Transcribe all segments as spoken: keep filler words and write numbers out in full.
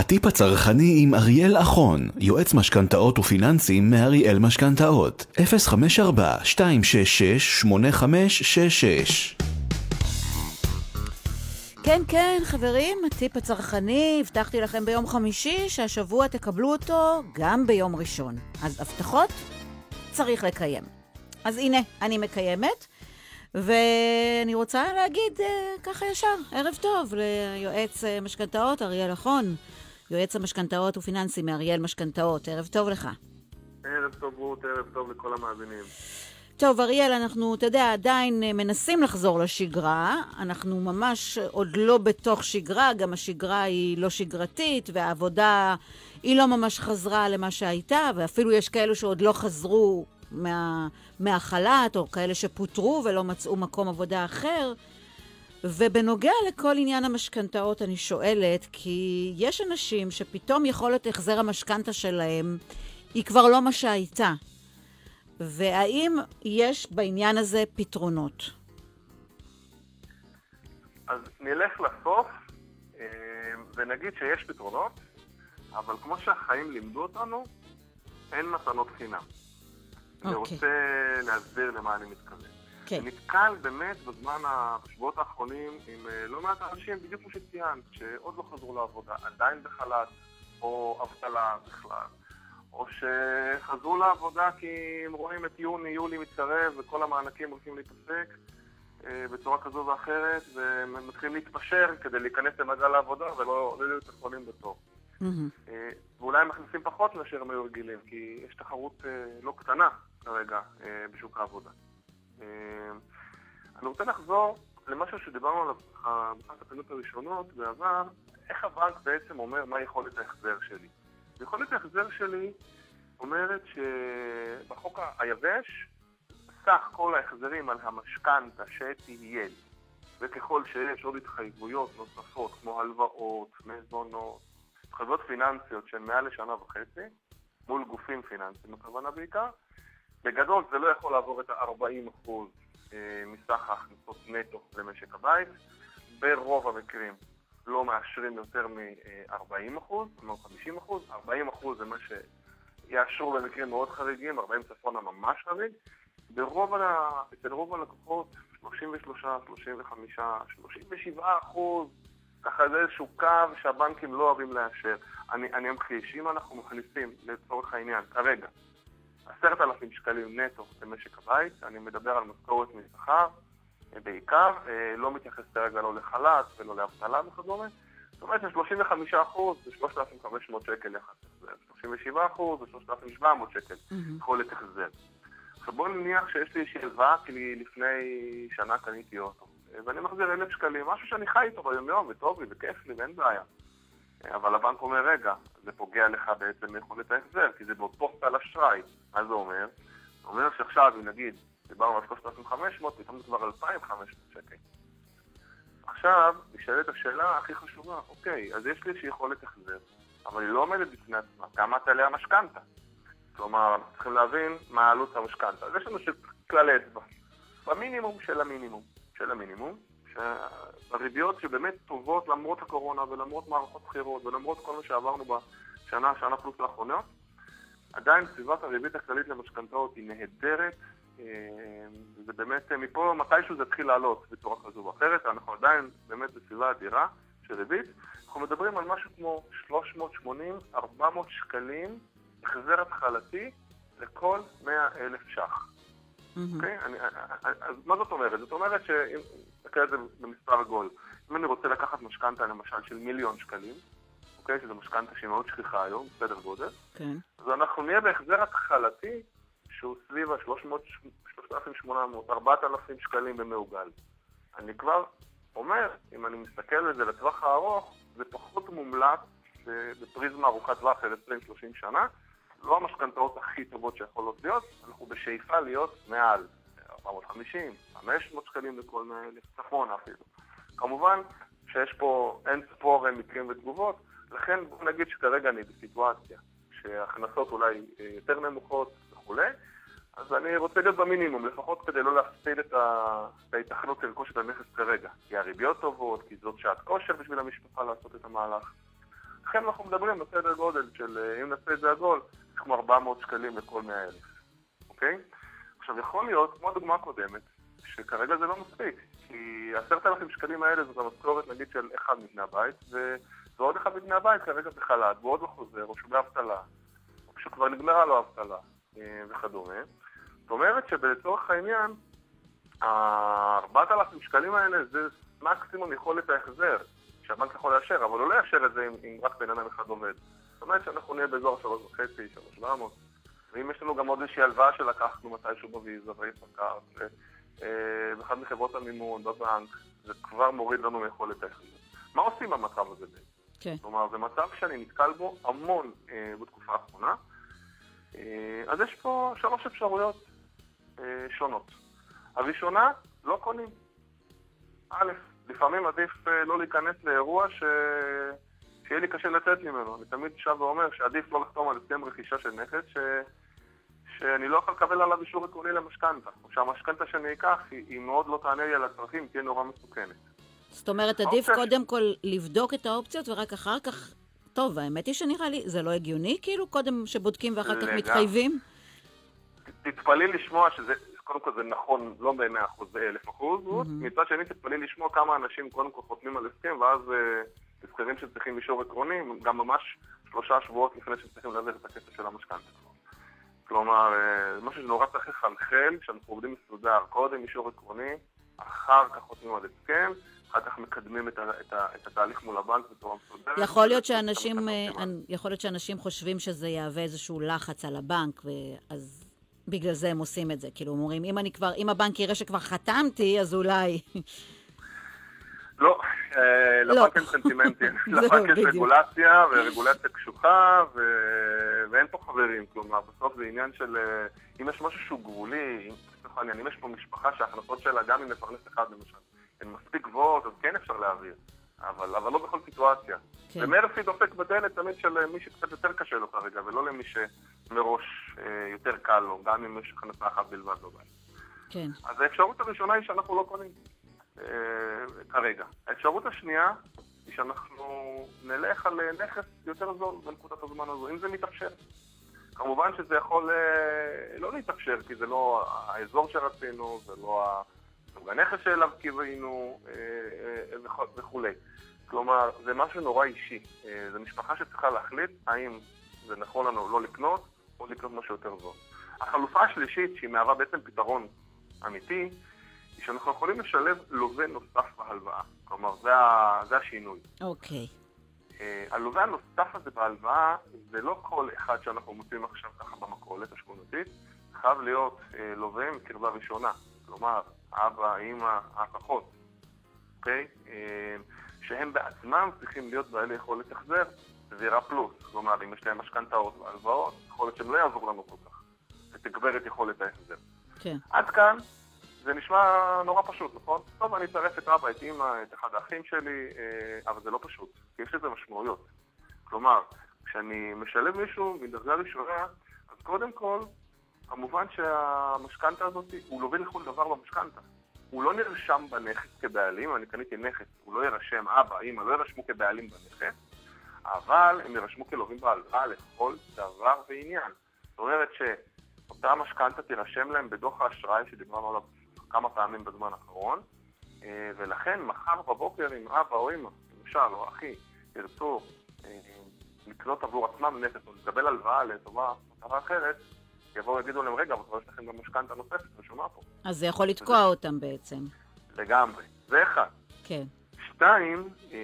הטיפ הצרכני עם אריאל אחון, יועץ משכנתאות ופיננסים מאריאל משכנתאות. אפס חמש ארבע שתיים שש שש שמונה חמש שש שש. כן, כן, חברים, הטיפ הצרכני, הבטחתי לכם ביום חמישי שהשבוע תקבלו אותו גם ביום ראשון. אז הבטחות צריך לקיים. אז הנה, אני מקיימת, ואני רוצה להגיד ככה ישר, ערב טוב ליועץ משכנתאות אריאל אחון, יועץ המשכנתאות ופיננסים מאריאל משכנתאות. ערב טוב לך. ערב טוב רות, ערב טוב לכל המאזינים. טוב, אריאל, אנחנו, אתה יודע, עדיין מנסים לחזור לשגרה. אנחנו ממש עוד לא בתוך שגרה, גם השגרה היא לא שגרתית, והעבודה היא לא ממש חזרה למה שהייתה, ואפילו יש כאלו שעוד לא חזרו מה, מהחל"ת, או כאלה שפוטרו ולא מצאו מקום עבודה אחר. ובנוגע לכל עניין המשכנתאות אני שואלת, כי יש אנשים שפתאום יכולת החזר המשכנתה שלהם היא כבר לא מה שהייתה. והאם יש בעניין הזה פתרונות? אז נלך לסוף ונגיד שיש פתרונות, אבל כמו שהחיים לימדו אותנו, אין מתנות חינם. Okay. אני רוצה להסביר למה אני מתכוון. Okay. אני נתקל באמת בזמן השבועות האחרונים עם לא מעט אנשים, בדיוק כמו שציינת, שעוד לא חזרו לעבודה, עדיין בחל"ת או אבטלה בכלל. או שחזרו לעבודה כי הם רואים את יוני, יולי מתקרב וכל המענקים הולכים להתעסק אה, בצורה כזו ואחרת, והם מתחילים להתפשר כדי להיכנס למעגל העבודה ולא להיות יכולים בתור. Mm-hmm. אה, ואולי הם מכניסים פחות מאשר הם היו רגילים, כי יש תחרות אה, לא קטנה כרגע אה, בשוק העבודה. אה, אני רוצה לחזור למשהו שדיברנו עליו באחת הפעילות הראשונות בעבר, איך הבנק בעצם אומר מה יכולת ההחזר שלי. יכולת ההחזר שלי אומרת שבחוק היבש, סך כל ההחזרים על המשכנתה שתהיה, וככל שיש עוד התחייבויות נוספות, כמו הלוואות, מזונות, התחייבויות פיננסיות שהן מעל לשנה וחצי, מול גופים פיננסיים, הכוונה בעיקר, בגדול זה לא יכול לעבור את ה-ארבעים אחוז מסך ההכנסות נטו למשק הבית, ברוב המקרים. לא מאשרים יותר מ-ארבעים אחוז, כלומר חמישים אחוז, ארבעים אחוז זה מה שיאשרו במקרים מאוד חריגים, ארבעים צפונה ממש חריג. ברוב, אצל רוב הלקוחות, שלושים ושלושה, שלושים וחמישה, שלושים ושבעה אחוז, ככה זה איזשהו קו שהבנקים לא אוהבים לאשר. אני, אני אמחיש, אם אנחנו מכניסים לצורך העניין, כרגע, עשרת אלפים שקלים נטו למשק הבית, אני מדבר על משכורת משכר, בעיקר, לא מתייחס כרגע לא לחל"ת ולא לאבטלה וכדומה. זאת אומרת ש-שלושים וחמישה אחוז זה שלושת אלפים וחמש מאות שקל יחס החזר, שלושים ושבעה אחוז זה שלושת אלפים ושבע מאות שקל יכולת החזר. עכשיו בואו נניח שיש לי איזושהי הלוואה כי לפני שנה קניתי אוטו, ואני מחזיר אלף שקלים, משהו שאני חי איתו ביום יום וטוב לי וכיף לי ואין בעיה. אבל הבנק אומר, רגע, זה פוגע לך בעצם יכולת ההחזר, כי זה באותו סל אשראי. מה זה אומר? זה אומר שעכשיו, אם נגיד, דיברנו על שלושת אלפים וחמש מאות, פתאום זה כבר אלפיים וחמש מאות שקל. עכשיו, נשאלת השאלה הכי חשובה, אוקיי, אז יש לי איזושהי יכולת החזר, אבל היא לא עומדת בפני עצמה, כמה תעלה המשכנתה? כלומר, אנחנו צריכים להבין מה העלות המשכנתה. אז יש לנו כלל אצבע, במינימום של המינימום, של המינימום, שהריביות שבאמת טובות למרות הקורונה ולמרות מערכות בחירות ולמרות כל מה שעברנו בשנה, שנה פלוס לאחרונה, עדיין סביבת הריבית הכללית למשכנתאות היא נהדרת, זה באמת, מפה מתישהו זה התחיל לעלות בצורה כזו ואחרת, אנחנו עדיין באמת בסביבה אדירה של ריבית, אנחנו מדברים על משהו כמו שלוש מאות שמונים עד ארבע מאות שקלים החזר התחלתי לכל מאה אלף ש"ח. אוקיי? אז מה זאת אומרת? זאת אומרת שאם נקרא את זה במספר עגול, אם אני רוצה לקחת משכנתה למשל של מיליון שקלים, אוקיי? שזה משכנתה שהיא מאוד שכיחה היום, בסדר גודל, אז אנחנו נהיה בהחזר התחלתי שהוא סביב ה-שלושת אלפים ושמונה מאות, ארבעת אלפים שקלים במעוגל. אני כבר אומר, אם אני מסתכל על זה לטווח הארוך, זה פחות מומלץ בפריזמה ארוכת טווח של עשרים שלושים שנה, לא המשכנתאות הכי טובות שיכולות להיות, אנחנו בשאיפה להיות מעל ארבע מאות וחמישים, חמש מאות שקלים לכל אלף, צפון אפילו. כמובן שיש פה אין ספור מקרים ותגובות, לכן בוא נגיד שכרגע אני בסיטואציה שההכנסות אולי יותר נמוכות וכו', אז אני רוצה להיות במינימום, לפחות כדי לא להפסיד את ההתכנות לרכוש את הנכס כרגע. כי הריביות טובות, כי זאת שעת כושר בשביל המשפחה לעשות את המהלך. לכן אנחנו מדברים בסדר גודל של, אם נעשה את זה עגול, כמו ארבע מאות שקלים לכל מאה אלף, אוקיי? עכשיו יכול להיות, כמו הדוגמה הקודמת, שכרגע זה לא מספיק, כי עשרת אלפים שקלים האלה זאת המשכורת נגיד של אחד מבני הבית, ועוד אחד מבני הבית כרגע בחל"ת, ועוד לא חוזר, או שהוא באבטלה, או שכבר נגמרה לו האבטלה וכדומה. זאת אומרת שבלצורך העניין, ה-ארבעת אלפים שקלים האלה זה מקסימום יכולת ההחזר, שהבנק יכול לאשר, אבל הוא לא יאשר את זה אם, אם רק בן אדם אחד עובד. זאת אומרת שאנחנו נהיה באזור שלוש וחצי, שלוש שבע מאות, ואם יש לנו גם עוד איזושהי הלוואה שלקחנו מתישהו בוויזה ויפקר, באחד מחברות המימון, בבנק, זה כבר מוריד לנו מיכולת ההחזר. מה עושים במצב הזה בעצם? כן. זאת אומרת, זה מצב שאני נתקל בו המון אה, בתקופה האחרונה. אה, אז יש פה שלוש אפשרויות אה, שונות. הראשונה, לא קונים. א', לפעמים עדיף אה, לא להיכנס לאירוע ש... שיהיה לי קשה לצאת ממנו. אני תמיד שב ואומר שעדיף לא לחתום על הסכם רכישה של נכס, ש... שאני לא יכול לקבל עליו אישור עקרוני למשכנתה. או שהמשכנתה שאני אקח היא, היא מאוד לא תענה לי על הצרכים, תהיה נורא מסוכנת. זאת אומרת, עדיף קודם כל לבדוק את האופציות ורק אחר כך... טוב, האמת היא שנראה לי, זה לא הגיוני כאילו? קודם שבודקים ואחר כך מתחייבים? תתפלי לשמוע שזה, קודם כל זה נכון, לא ב-מאה אחוז, ב-אלף אחוז. מצד שני, תתפלי לשמוע כמה אנשים קודם כל חותמים על הסכם, ואז תזכרים שצריכים אישור עקרוני, גם ממש שלושה שבועות לפני שצריכים להעביר את הכסף של המשכנתה. כלומר, זה משהו שנורא צריך לחלחל, כשאנחנו עובדים מסודר, קודם אישור עקרוני, אחר כך חותמים על הסכם, אחר כך מקדמים את, ה, את, ה, את התהליך מול הבנק בצורה מסודרת. יכול להיות שאנשים, יכול להיות שאנשים חושבים שזה יהווה איזשהו לחץ על הבנק, ואז בגלל זה הם עושים את זה. כאילו, אומרים, אם אני כבר, אם הבנק יראה שכבר חתמתי, אז אולי... לא, לבנק אין סנטימנטים. לבנק יש רגולציה, ורגולציה קשוחה, ואין פה חברים. כלומר, בסוף זה עניין של... אם יש משהו שהוא גבולי, אם יש פה משפחה שההכנסות שלה, גם אם מפרנס אחד למשל, הן מספיק גבוהות, אז כן אפשר להעביר. אבל, אבל לא בכל סיטואציה. כן. ומרפי דופק בדלת תמיד של מי שקצת יותר קשה לו כרגע, ולא למי שמראש אה, יותר קל לו, גם אם יש הכנסה אחת בלבד לא בית. כן. אז האפשרות הראשונה היא שאנחנו לא קונים אה, כרגע. האפשרות השנייה היא שאנחנו נלך על נכס יותר זול בנקודת הזמן הזו, אם זה מתאפשר. כמובן שזה יכול אה, לא להתאפשר, כי זה לא האזור שרצינו, זה לא ה... הנכס שאליו קיווינו וכו'. כלומר, זה משהו נורא אישי. זו משפחה שצריכה להחליט האם זה נכון לנו לא לקנות או לקנות משהו יותר זול. החלופה השלישית, שהיא מהווה בעצם פתרון אמיתי, היא שאנחנו יכולים לשלב לווה נוסף בהלוואה. כלומר, זה, זה השינוי. אוקיי. Okay. הלווה הנוסף הזה בהלוואה, זה לא כל אחד שאנחנו מוצאים עכשיו ככה במכולת השכונתית, חייב להיות לווה מקרבה ראשונה. כלומר, אבא, אמא, האחיות, אוקיי? שהם בעצמם צריכים להיות בעלי יכולת החזר, סבירה פלוס. כלומר, אם יש להם משכנתאות והלוואות, יכול להיות שהם לא יעזור לנו כל כך. ותגבר את יכולת ההחזר. כן. עד כאן, זה נשמע נורא פשוט, נכון? טוב, אני אצרף את אבא, את אמא, את אחד האחים שלי, אבל זה לא פשוט, כי יש לזה משמעויות. כלומר, כשאני משלב מישהו מדרגה ראשונה, אז קודם כל, כמובן שהמשכנתה הזאת, הוא לווה לכל דבר במשכנתה. הוא לא נרשם בנכס כבעלים, אני קניתי נכס, הוא לא ירשם, אבא, אמא, לא ירשמו כבעלים בנכס, אבל הם ירשמו כלווים בהלוואה לכל דבר ועניין. זאת אומרת שאותה המשכנתה תירשם להם בדוח האשראי שדיברנו עליו כמה פעמים בזמן האחרון, ולכן מחר בבוקר עם אבא או אמא, למשל, או אחי, ירצו לקנות עבור עצמם נכס או לקבל הלוואה לטובה מטרה אחרת, יבואו יגידו להם, רגע, אבל כבר יש לכם גם משכנתה נוספת, ושומע פה. אז זה יכול לתקוע אותם בעצם. לגמרי. זה אחד. כן. שתיים,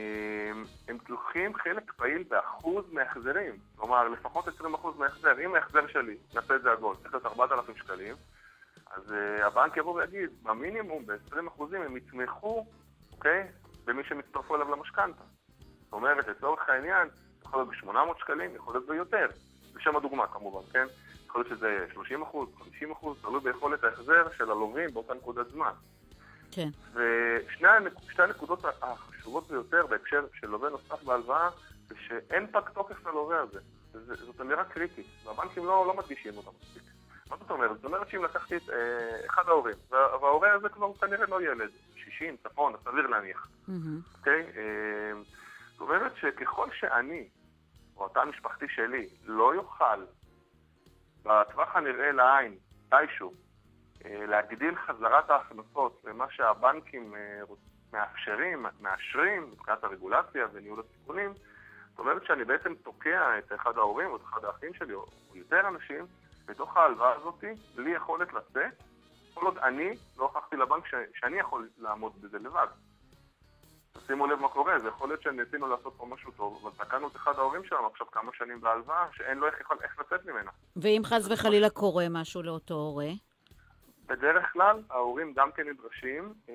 הם לוקחים חלק פעיל באחוז מהחזרים. כלומר, לפחות עשרים אחוז מהחזר. אם ההחזר שלי, נעשה את זה עגול, צריך להיות ארבעת אלפים שקלים, אז הבנק יבוא ויגיד, במינימום, ב-עשרים אחוזים הם יתמכו, אוקיי? במי שמצטרפו אליו למשכנתה. זאת אומרת, לצורך העניין, יכול להיות ב-שמונה מאות שקלים, יכול להיות ביותר. לשם הדוגמה, כמובן, כן? יכול להיות שזה שלושים אחוז, חמישים אחוז, תלוי ביכולת ההחזר של הלווים באותה נקודת זמן. כן. ושני הנקודות החשובות ביותר בהקשר של לווה נוסף בהלוואה, זה שאין פג תוקף ללווה הזה. זאת אמירה קריטית, והבנקים לא, לא מדגישים אותה מספיק. מה זאת אומרת? זאת אומרת שאם לקחתי את אה, אחד ההורים, וההורה הזה כבר כנראה לא ילד, שישים, צפון, סביר להניח. אוקיי? אה, זאת אומרת שככל שאני או התא המשפחתי שלי לא יוכל בטווח הנראה לעין, מתישהו, להגדיל חזרת ההכנסות למה שהבנקים מאפשרים, מאשרים, מבחינת הרגולציה וניהול הסיכונים, זאת אומרת שאני בעצם תוקע את אחד ההורים או את אחד האחים שלי או יותר אנשים בתוך ההלוואה הזאת, בלי יכולת לצאת, כל עוד אני לא הוכחתי לבנק ש... שאני יכול לעמוד בזה לבד. שימו לב מה קורה, זה יכול להיות שניסינו לעשות פה משהו טוב, אבל תקענו את אחד ההורים שלנו עכשיו כמה שנים בהלוואה, שאין לו איך, יכול... איך לצאת ממנה. ואם חס וחלילה קורה משהו לאותו הורה? בדרך כלל, ההורים גם כן נדרשים אה,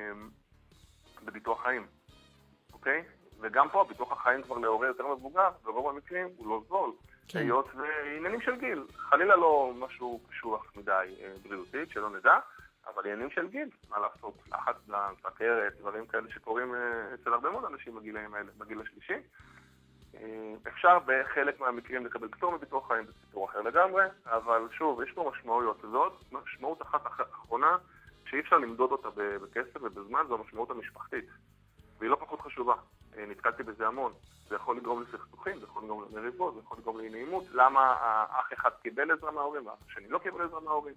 בביטוח חיים, אוקיי? וגם פה, ביטוח החיים כבר להורה יותר מבוגר, ברוב המקרים הוא לא זול. כן. היות ועניינים של גיל, חלילה לא משהו קשוח מדי אה, בריאותית, שלא נדע, אבל עניינים של גיל, מה לעשות, לחץ דם, סכרת, דברים כאלה שקורים אה, אצל הרבה מאוד אנשים בגילאים האלה, בגיל השלישי. אה, אפשר בחלק מהמקרים לקבל פטור מביטוח חיים בסיפור אחר לגמרי, אבל שוב, יש פה משמעויות. זאת משמעות אחת אחרונה שאי אפשר למדוד אותה בכסף ובזמן, זו המשמעות המשפחתית. והיא לא פחות חשובה. נתקלתי בזה המון. זה יכול לגרום לסכסוכים, זה יכול לגרום למריבות, זה יכול לגרום לעניינות. למה האח אחד קיבל עזרה מההורים, והאח השני לא קיבל עזרה מההורים.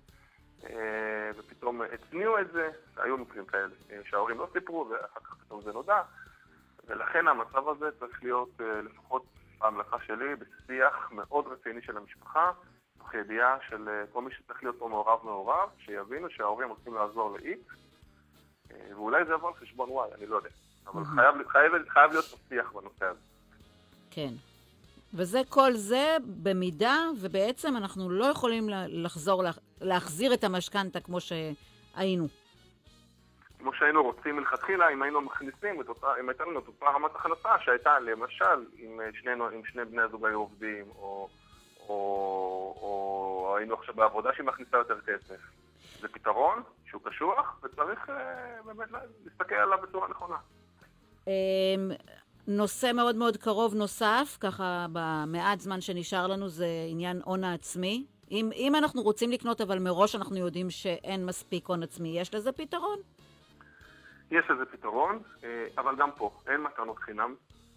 ופתאום הצניעו את זה, היו מקרים כאלה, שההורים לא סיפרו, ואחר כך פתאום זה נודע. ולכן המצב הזה צריך להיות, לפחות ההמלצה שלי, בשיח מאוד רציני של המשפחה, תוך ידיעה של כל מי שצריך להיות פה מעורב מעורב, שיבינו שההורים רוצים לעזור לאיקס, ואולי זה יבוא על חשבון וואי, אני לא יודע. אבל חייב, חייב, חייב להיות שיח בנושא הזה. כן. וזה כל זה במידה, ובעצם אנחנו לא יכולים לחזור, להחזיר את המשכנתה כמו שהיינו. כמו שהיינו רוצים מלכתחילה, אם היינו מכניסים את אותה, אם הייתה לנו את אותה רמת הכנסה שהייתה למשל, אם שני, אם שני בני הזוג היו עובדים, או, או, או היינו עכשיו בעבודה שהיא מכניסה יותר כסף. זה פתרון שהוא קשוח, וצריך באמת להסתכל עליו בצורה נכונה. נושא מאוד מאוד קרוב נוסף, ככה במעט זמן שנשאר לנו, זה עניין הון העצמי. אם, אם אנחנו רוצים לקנות, אבל מראש אנחנו יודעים שאין מספיק הון עצמי, יש לזה פתרון? יש לזה פתרון, אבל גם פה, אין מתנות חינם.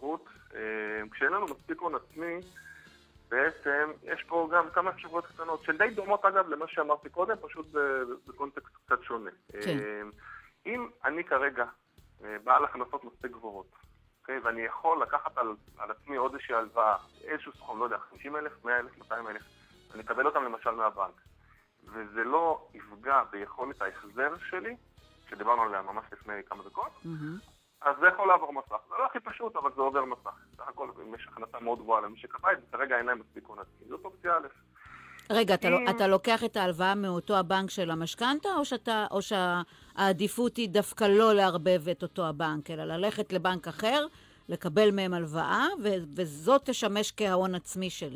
כשאין לנו מספיק הון עצמי, בעצם יש פה גם כמה אפשרויות קטנות, שדי דומות אגב למה שאמרתי קודם, פשוט בקונטקסט קצת שונה. כן. אם אני כרגע בעל הכנסות מספיק גבוהות, okay, ואני יכול לקחת על, על עצמי עוד איזושהי הלוואה, איזשהו סכום, לא יודע, חמישים אלף, מאה אלף, מאתיים אלף, אני אקבל אותם למשל מהבנק, וזה לא יפגע ביכולת ההחזר שלי, שדיברנו עליה ממש לפני כמה דקות, mm-hmm. אז זה יכול לעבור מסך. זה לא הכי פשוט, אבל זה עובר מסך. סך הכל, אם יש הכנסה מאוד גבוהה למי שקבע את זה, כרגע אין להם מספיק הון עצמי. זאת אופציה א'. רגע, אתה, אם... אתה לוקח את ההלוואה מאותו הבנק של המשכנתה, או, שאתה, או שהעדיפות היא דווקא לא לערבב את אותו הבנק, אלא ללכת לבנק אחר, לקבל מהם הלוואה, ו- וזאת תשמש כהון עצמי שלי?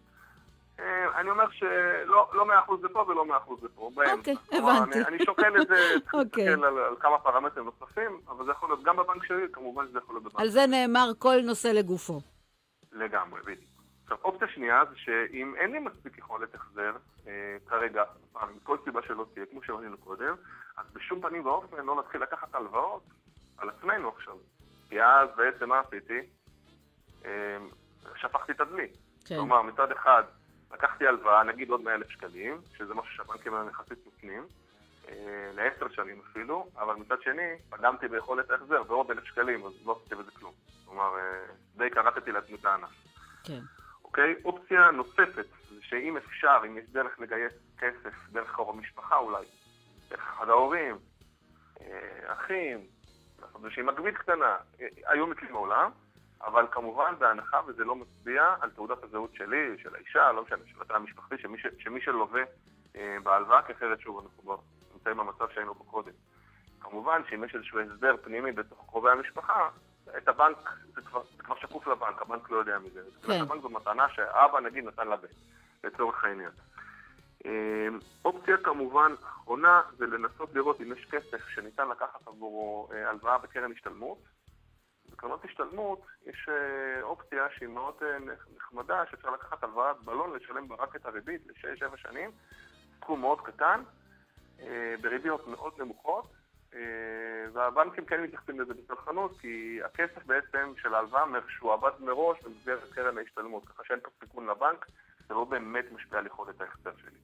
אני אומר שלא לא מאה אחוז זה פה ולא מאה אחוז זה פה. אוקיי, הבנתי. אני, אני שוקל את זה, אוקיי. על, על כמה פרמטרים נוספים, אבל זה יכול להיות גם בבנק שלי, כמובן שזה יכול להיות בבנק. על זה נאמר כל נושא לגופו. לגמרי, בדיוק. עכשיו, אופציה שנייה זה שאם אין לי מספיק יכולת החזר, אה, כרגע, מכל סיבה שלא תהיה, כמו שראינו קודם, אז בשום פנים ואופן לא נתחיל לקחת הלוואות על עצמנו עכשיו. כי אז בעצם מה עשיתי? אה, שפכתי את הדלי. כן. כלומר, מצד אחד, לקחתי הלוואה, נגיד עוד מאה אלף שקלים, שזה משהו שהבנקים האלה יחסית נותנים, אה, לעשר שנים אפילו, אבל מצד שני, פגמתי ביכולת ההחזר בעוד אלף שקלים, אז לא עשיתי בזה כלום. כלומר, אה, די קרטתי לעצמי את הענף. כן. אוקיי? אופציה נוספת, זה שאם אפשר, אם יש דרך לגייס כסף, דרך קרוב המשפחה אולי, דרך אחד ההורים, אה, אחים, לעשות איזושהי מגבית קטנה, אה, היו מקרים מעולם, אבל כמובן בהנחה, וזה לא מצביע על תעודת הזהות שלי, של האישה, לא משנה, של התא המשפחתי, שמי, ש, שמי שלווה אה, בהלוואה, כי אחרת שוב אנחנו כבר נמצאים במצב שהיינו בו קודם. כמובן שאם יש איזשהו הסדר פנימי בתוך קרובי המשפחה, את הבנק, זה כבר, זה כבר שקוף לבנק, הבנק לא יודע מזה. כן. הבנק זו מתנה שאבא נגיד נתן לבן, לצורך העניין. אה, אופציה כמובן אחרונה זה לנסות לראות אם יש כסף שניתן לקחת עבור אה, הלוואה בקרן השתלמות. בקרנות השתלמות יש אופציה שהיא מאוד נחמדה, שאפשר לקחת הלוואת בלון, לשלם בה רק את הריבית לשש שבע שנים, תחום מאוד קטן, בריביות מאוד נמוכות, והבנקים כן מתייחסים לזה בסלחנות, כי הכסף בעצם של ההלוואה משועבד מראש במסגרת קרן ההשתלמות, ככה שאין פה סיכון לבנק, זה לא באמת משפיע על יכולת ההחזר שלי.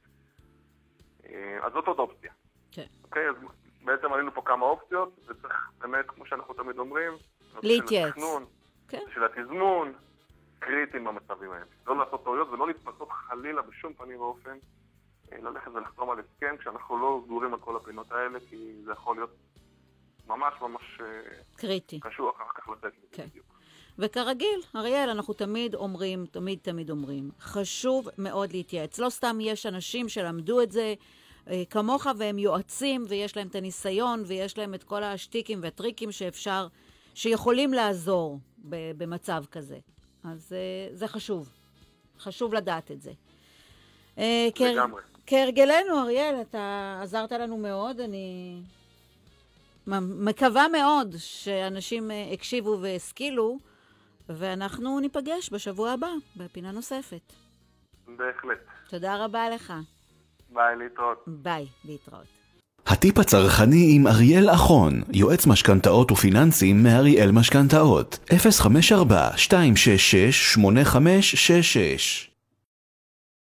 אז זאת עוד אופציה. כן. אוקיי, אז בעצם עלינו פה כמה אופציות, וצריך באמת, כמו שאנחנו תמיד אומרים, להתייעץ. כן. של התזמון, קריטיים במצבים האלה. לא לעשות טעויות ולא להתפסות חלילה בשום פנים ואופן, ללכת ולחתום על הסכם כשאנחנו לא סגורים על כל הפינות האלה, כי זה יכול להיות ממש ממש קריטי. קשור אחר כך לתת. כן. וכרגיל, אריאל, אנחנו תמיד אומרים, תמיד תמיד אומרים, חשוב מאוד להתייעץ. לא סתם יש אנשים שלמדו את זה כמוך והם יועצים ויש להם את הניסיון ויש להם את כל השטיקים והטריקים שאפשר, שיכולים לעזור במצב כזה. אז זה חשוב. חשוב לדעת את זה. לגמרי. כהרגלנו, אריאל, אתה עזרת לנו מאוד. אני מקווה מאוד שאנשים הקשיבו והשכילו, ואנחנו ניפגש בשבוע הבא בפינה נוספת. בהחלט. תודה רבה לך. ביי, להתראות. ביי, להתראות. הטיפ הצרכני עם אריאל אחון, יועץ משכנתאות ופיננסים מאריאל משכנתאות. אפס חמש ארבע שתיים שש שש שמונה חמש שש שש